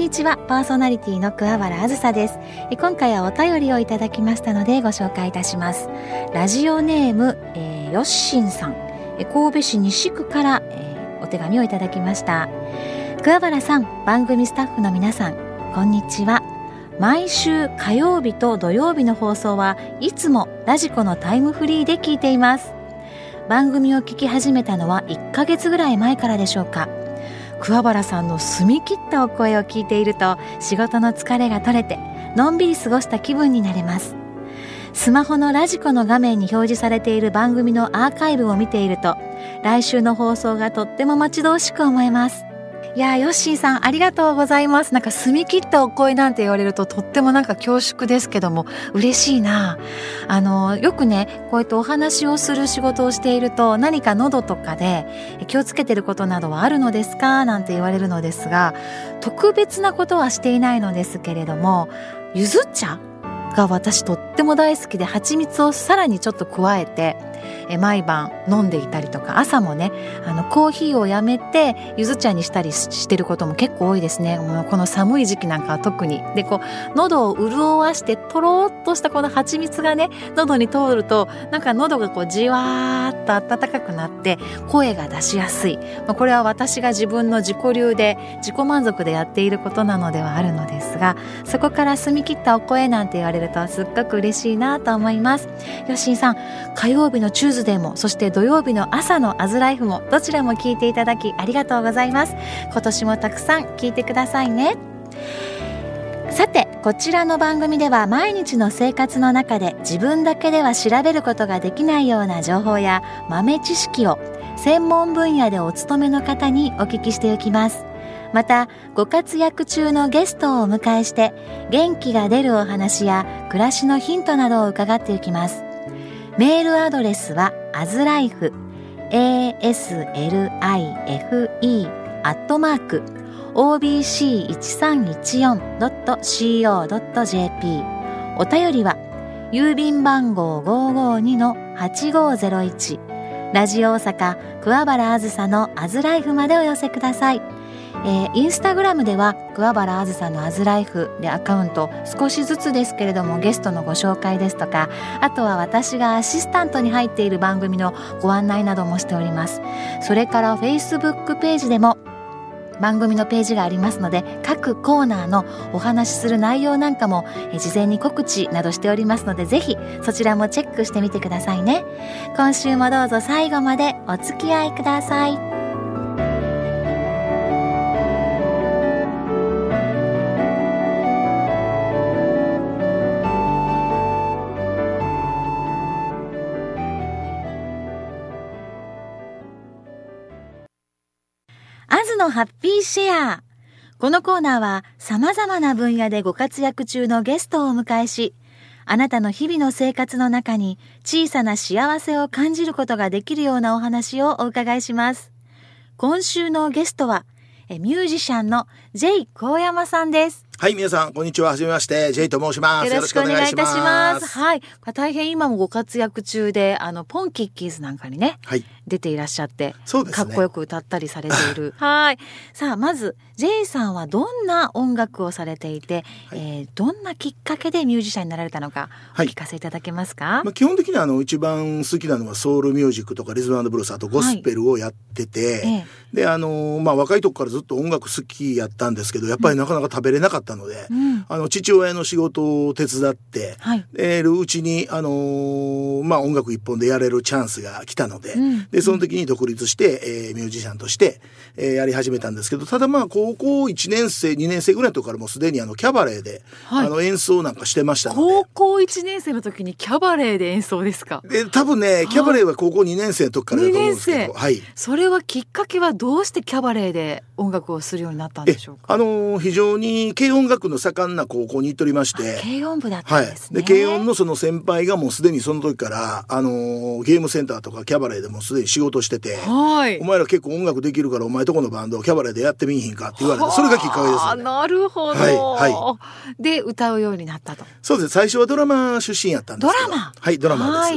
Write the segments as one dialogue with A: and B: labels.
A: にちは、パーソナリティの桑原あずさです。今回はお便りをいただきましたのでご紹介いたします。ラジオネーム、よっしんさん、神戸市西区から、お手紙をいただきました。桑原さん、番組スタッフの皆さん、こんにちは。毎週火曜日と土曜日の放送はいつもラジコのタイムフリーで聞いています。番組を聞き始めたのは1ヶ月ぐらい前からでしょうか。桑原さんの澄み切ったお声を聞いていると仕事の疲れが取れてのんびり過ごした気分になれます。スマホのラジコの画面に表示されている番組のアーカイブを見ていると来週の放送がとっても待ち遠しく思えます。いやー、ヨッシーさんありがとうございます。なんか澄み切ったお声なんて言われるととってもなんか恐縮ですけども嬉しいな。よくね、こうやってお話をする仕事をしていると何か喉とかで気をつけてることなどはあるのですかなんて言われるのですが、特別なことはしていないのですけれども、ゆず茶が私とっても大好きで、蜂蜜をさらにちょっと加えて毎晩飲んでいたりとか、朝もねコーヒーをやめてゆず茶にしたりしてることも結構多いですね。この寒い時期なんかは特にで、こう喉を潤わしてとろーっとしたこの蜂蜜がね喉に通るとなんか喉がこうじわーっと暖かくなって声が出しやすい、これは私が自分の自己流で自己満足でやっていることなのではあるのですが、そこから澄み切ったお声なんて言われるとすっごく嬉しいなと思います。よっしーさん、火曜日のチューズデーもそして土曜日の朝のアズライフもどちらも聞いていただきありがとうございます。今年もたくさん聞いてくださいね。さて、こちらの番組では毎日の生活の中で自分だけでは調べることができないような情報や豆知識を専門分野でお勤めの方にお聞きしておきます。またご活躍中のゲストをお迎えして元気が出るお話や暮らしのヒントなどを伺っていきます。メールアドレスはazlife aslife@obc1314.co.jp。 お便りは郵便番号 552-8501 ラジオ大阪桑原あずさのアズライフまでお寄せください。インスタグラムでは桑原あずさのアズライフでアカウント少しずつですけれどもゲストのご紹介ですとか、あとは私がアシスタントに入っている番組のご案内などもしております。それからフェイスブックページでも番組のページがありますので、各コーナーのお話しする内容なんかも事前に告知などしておりますので、ぜひそちらもチェックしてみてくださいね。今週もどうぞ最後までお付き合いください。アズのハッピーシェア。このコーナーは様々な分野でご活躍中のゲストをお迎えし、あなたの日々の生活の中に小さな幸せを感じることができるようなお話をお伺いします。今週のゲストはミュージシャンの J 神山さんです。
B: はい、皆さんこんにちは。はじめまして、 J と申します。
A: よろしくお願いいたします。はい、大変今もご活躍中でポンキッキーズなんかにね、はい、出ていらっしゃって、そうですね、かっこよく歌ったりされているはい。さあ、まず J さんはどんな音楽をされていて、はい、どんなきっかけでミュージシャンになられたのかお聞かせいただけますか？
B: 基本的には一番好きなのはソウルミュージックとかリズム&ブルース、あとゴスペルをやってて、で若い時からずっと音楽好きやったんですけど、やっぱりなかなか食べれなかったので、父親の仕事を手伝ってるうちに、音楽一本でやれるチャンスが来たので、でその時に独立して、ミュージシャンとして、やり始めたんですけど、ただ高校1年生2年生ぐらいの時からもうすでにキャバレーで、演奏なんかしてましたので。
A: 高校1年生の時にキャバレーで演奏ですか？
B: で多分ね、キャバレーは高校2年生の時からだと思うんですけど、はい、
A: それはきっかけはどうしてキャバレーで音楽をするようになったんでしょうか？
B: 非常に軽音楽の盛んな高校に行っておりまして、
A: 軽音部だったんですね。
B: で軽音のその先輩がもうすでにその時からゲームセンターとかキャバレーでもすでに仕事してて、お前ら結構音楽できるからお前とこのバンドをキャバレーでやってみいひんかって言われて、それがきっかけですね。
A: なるほど、で歌うようになったと。
B: そうです。最初はドラマ出身やったんですけど。
A: ドラマ、
B: はい、ドラマです。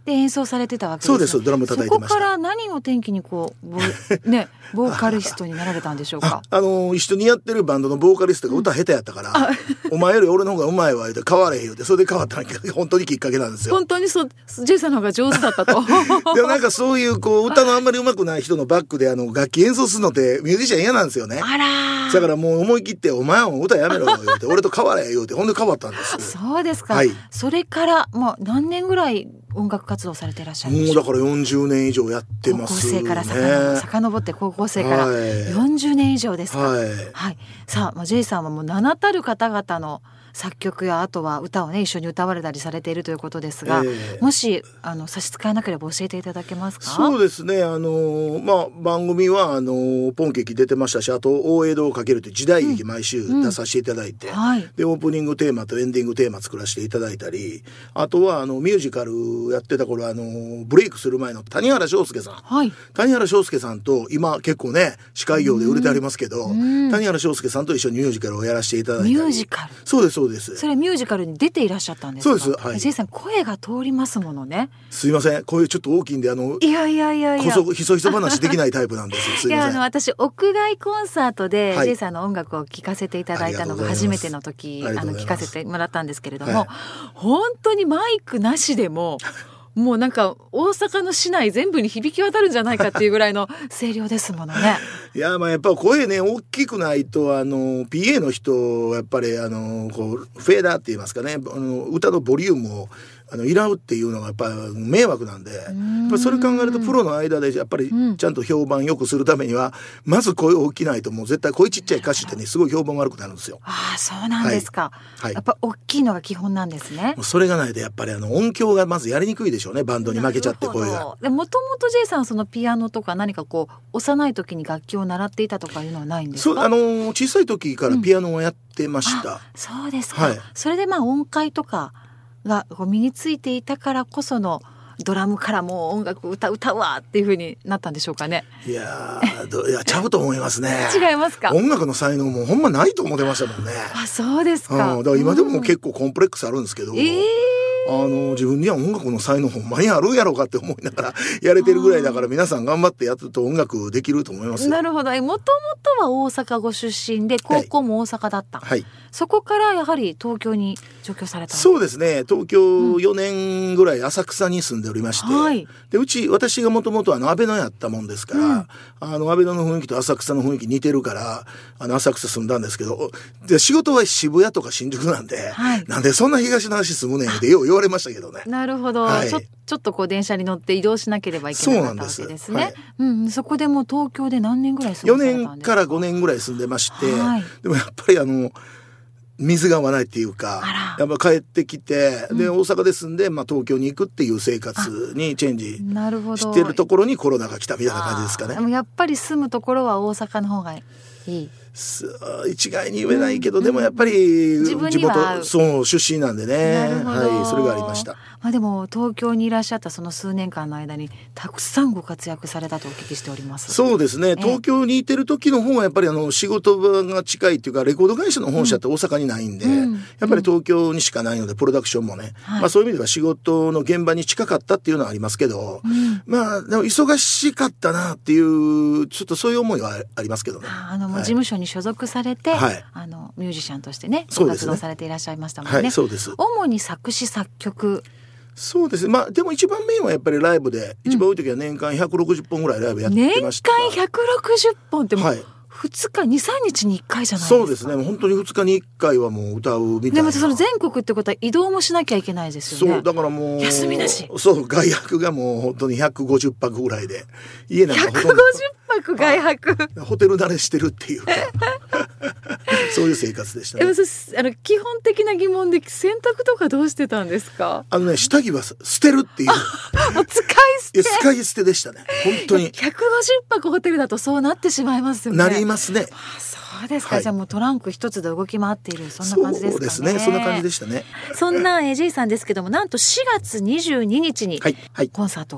A: で演奏されてたわけですね。
B: そうです。ドラム叩いてました。
A: そこから何を転機にこうボーカリストになられたんでしょうか。
B: 一緒にやってるバンドのボーカリストが歌下手やったから、お前より俺の方がうまいわ言うて変われへん言うて、それで変わったのが本当にきっかけなんですよ。
A: 本当にそう、ジェイさんの方が上手だったと。
B: でもなんかそういう歌のあんまり上手くない人のバックで楽器演奏するのってミュージシャン嫌なんですよね。
A: あら。
B: だからもう思い切ってお前は歌やめろ言うて俺と変われ言うて、ほんで変わったんです。
A: そうですか。
B: はい、
A: それからもう何年ぐらい音楽活動されていらっしゃるんでしょう。
B: もうだから40年以上やってますね。
A: 高校生から遡って高校生から40年以上ですか。はい。はい、さあ、ジェイさんはもう名だたる方々の作曲やあとは歌をね一緒に歌われたりされているということですが、もし差し支えなければ教えていただけますか。
B: そうですね。番組はポン劇出てましたし、あと大江戸をかけるという時代劇毎週出させていただいて、はい、でオープニングテーマとエンディングテーマ作らせていただいたり、あとはミュージカルやってた頃ブレイクする前の谷原章介さん、はい、谷原章介さんと今結構ね司会業で売れてありますけど、谷原章介さんと一緒にミュージカルをやらせていただいたり。
A: ミュージカル。
B: そうですそうです。
A: それミュージカルに出ていらっしゃったんですか。
B: そうです。はい。
A: ジェイさん声が通りますものね。
B: すいません、声ちょっと大きいんでいやひそひそ話できないタイプなんですよ。すいません。
A: 私屋外コンサートで、ジェイさんの音楽を聴かせていただいたのが初めての時聴かせてもらったんですけれども、本当にマイクなしでももうなんか大阪の市内全部に響き渡るんじゃないかっていうぐらいの声量ですものね。
B: いややっぱ声ね大きくないとPA の人やっぱりフェーダーって言いますかね、歌のボリュームをいらうっていうのがやっぱり迷惑なんで、やっぱそれ考えるとプロの間でやっぱりちゃんと評判良くするためには、まず声大きないともう絶対声ちっちゃい歌手ってねすごい評判悪くなるんですよ。
A: ああそうなんですか。はい、やっぱ大きいのが基本なんですね。
B: それがないとやっぱり音響がまずやりにくいでしょうね、バンドに負けちゃって声が。
A: でもともと J さんそのピアノとか何か幼い時に楽器を習っていたとかいうのはないんですか。
B: そう小さい時からピアノをやってました。
A: そうですか。それで音階とかが身についていたからこそのドラムからもう音楽歌うわっていう風になったんでしょうかね。
B: いやちゃうと思いますね。
A: 違いますか。
B: 音楽の才能もほんまないと思ってましたもんね。
A: あそうですか。
B: だから今でも結構コンプレックスあるんですけど、自分には音楽の才能ほんまにあるんやろうかって思いながらやれてるぐらいだから、皆さん頑張ってやってると音楽できると思いますよ。
A: なるほど。もともとは大阪ご出身で高校も大阪だった、はい、そこからやはり東京に上京された。
B: そうですね。東京4年ぐらい浅草に住んでおりまして、で私がもともと阿倍野やったもんですから、阿倍野の雰囲気と浅草の雰囲気似てるから浅草住んだんですけど、で仕事は渋谷とか新宿なんで、なんでそんな東の端住むねんってよう言われましたけどね。
A: なるほど、ちょっと電車に乗って移動しなければいけなかったわけですね。そこでもう東京で何年ぐらい住んでたんですか。4
B: 年から5年ぐらい住んでまして、でもやっぱり水が合わないっていうか、やっぱ帰ってきて、で大阪で住んで、東京に行くっていう生活にチェンジしてるところにコロナが来たみたいな感じですかね。
A: でもやっぱり住むところは大阪の方がいい。
B: 一概に言えないけど、でもやっぱり地元出身なんでね、それがありました。
A: でも東京にいらっしゃったその数年間の間にたくさんご活躍されたとお聞きしております。
B: そうですね。東京にいてる時の方がやっぱり仕事場が近いっていうか、レコード会社の本社って大阪にないんで、やっぱり東京にしかないのでプロダクションもね、そういう意味では仕事の現場に近かったっていうのはありますけど、でも忙しかったなっていうちょっとそういう思いはありますけどね。
A: もう事務所に所属されて、ミュージシャンとしてねご活動されていらっしゃいましたもんね。
B: そうです。
A: 主に作詞作曲。
B: そうですね。でも一番メインはやっぱりライブで、一番多い時は年間160本ぐらいライブやってました。
A: 年間160本ってもう2日2、3日に1回じゃないですか。
B: そうですね。本当に2日に1回はもう歌うみたいな。
A: でもその全国ってことは移動もしなきゃいけないですよね。
B: そうだからもう
A: 休みなし。
B: そう外泊がもう本当に150泊ぐらいで、家なんかほとんど
A: 150泊外泊、
B: ホテル慣れしてるっていうかそういう生活でしたね。
A: 基本的な疑問で洗濯とかどうしてたんですか。
B: 下着は捨てるっていう
A: もう使い捨て
B: でしたね。本当に
A: 150泊ホテルだとそうなってしまいますよね。
B: なりますね。
A: そうですか。じゃあもうトランク一つで動き回っている、そんな感じですかね。
B: そうですね。そんな感じでしたね。
A: そんなJさんですけども、なんと4月22日にコンサートが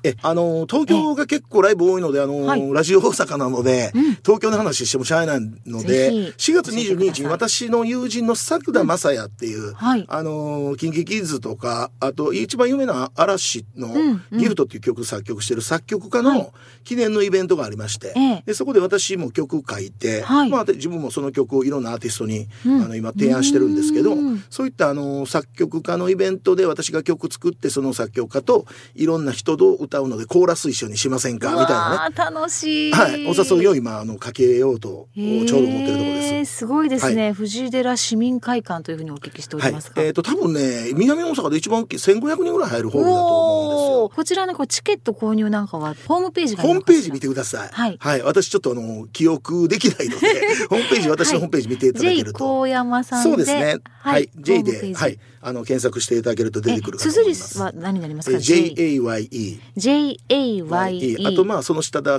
B: 東京が結構ライブ多いので、ラジオ大阪なので、東京の話してもしゃあないので、4月22日に私の友人の作田正也っていう、キンキキッズとか、あと一番有名な嵐のギフトっていう曲作曲してる作曲家の記念のイベントがありまして、でそこで私も曲書いて、自分もその曲をいろんなアーティストに今提案してるんですけど、そういった作曲家のイベントで私が曲作って、その作曲家といろんな人と歌うのでコーラス一緒にしませんかみたいなね、
A: 楽しい、
B: お誘いを今かけようとちょうど思ってるところです。
A: すごいですね、藤寺市民会館というふうにお聞きしておりますか。
B: 多分ね、南大阪で一番大きい1500人ぐらい入るホールだと思うんですよ。
A: こちらのチケット購入なんかはホームページが
B: ホームページ見てください。私ちょっと記憶できないのでホームページ、私のホームページ見ていただけると、
A: J 高山さんで、
B: そうですね、J で検索していただけると出てくるかと思います。
A: 綴りは何になりますか。
B: JAYE、 あとその下だ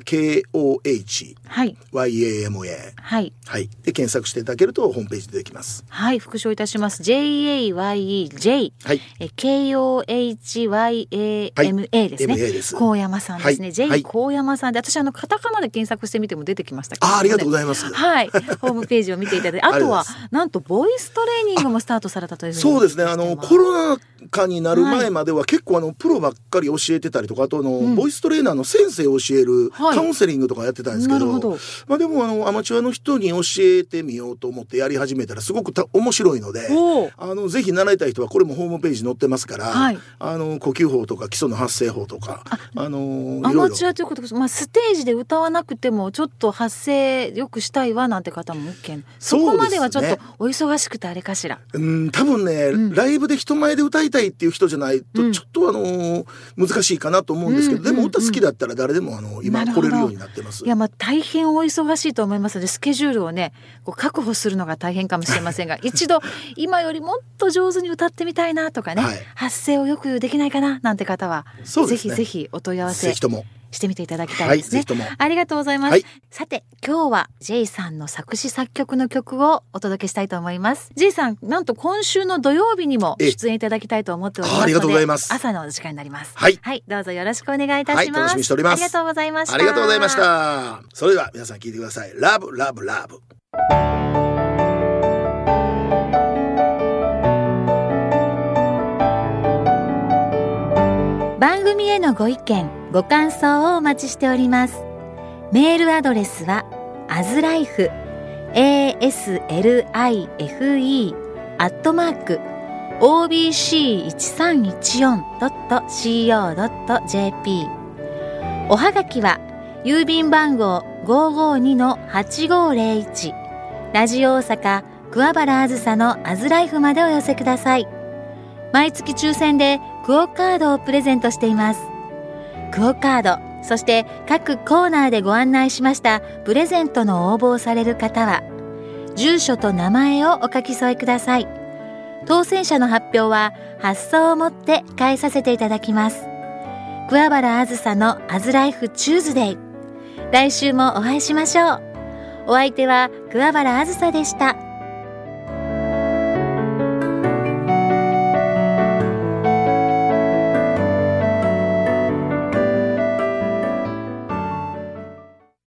B: KOH、YAMA、で検索していただけるとホームページ出てきます。
A: 復唱いたします。 JAYEJ、KOHYAMA ですね。
B: MA です。
A: 高山さんですね。J 高山さんで、私カタカナで検索してみても出てきましたけど、
B: ありがとうございます。
A: ホームページを見ていただいて、あとはなんとボイストレーニングもスタートされたというふうに。
B: そうですね、コロナ禍になる前までは結構プロばっかり教えてたりとか、あとボイストレーナーの先生を教えるカウンセリングとかやってたんですけど、でもアマチュアの人に教えてみようと思ってやり始めたらすごく面白いので、ぜひ習いたい人はこれもホームページ載ってますから、呼吸法とか基礎の発声法とか、
A: アマチュアということです。ステージで歌わなくてもちょっと発声よくしたいわなんて方も OK。 そこまではちょっとお忙しくてあれかしら。
B: 多分ね、ライブで人前で歌いたいっていう人じゃないとちょっと難しいかなと思うんですけど、でも歌好きだったら誰でも今来れるようになってます。
A: いや、大変お忙しいと思いますので、スケジュールをね確保するのが大変かもしれませんが一度今よりもっと上手に歌ってみたいなとかね、発声をよくできないかななんて方は、ぜひぜひお問い合わせしてみていただきたいですね。ありがとうございます。さて、今日は J さんの作詞作曲の曲をお届けしたいと思います。 J さん、なんと今週の土曜日にも出演いただきたいと思っておりますので、
B: ありがとうございます。
A: 朝の時間になります。どうぞよろしくお願いいたします。
B: 楽しみにしております。
A: ありがとうございました。
B: ありがとうございました。それでは皆さん聞いてください。ラブラブラブ。
A: 番組へのご意見ご感想をお待ちしております。メールアドレスはazlife aslife@obc1314.co.jp。 おはがきは郵便番号 552-8501 ラジオ大阪桑原あずさのアズライフまでお寄せください。毎月抽選でクオカードをプレゼントしています。クオカード、そして各コーナーでご案内しましたプレゼントの応募をされる方は、住所と名前をお書き添えください。当選者の発表は発送をもって返させていただきます。桑原あずさのアズライフチューズデイ。来週もお会いしましょう。お相手は桑原あずさでした。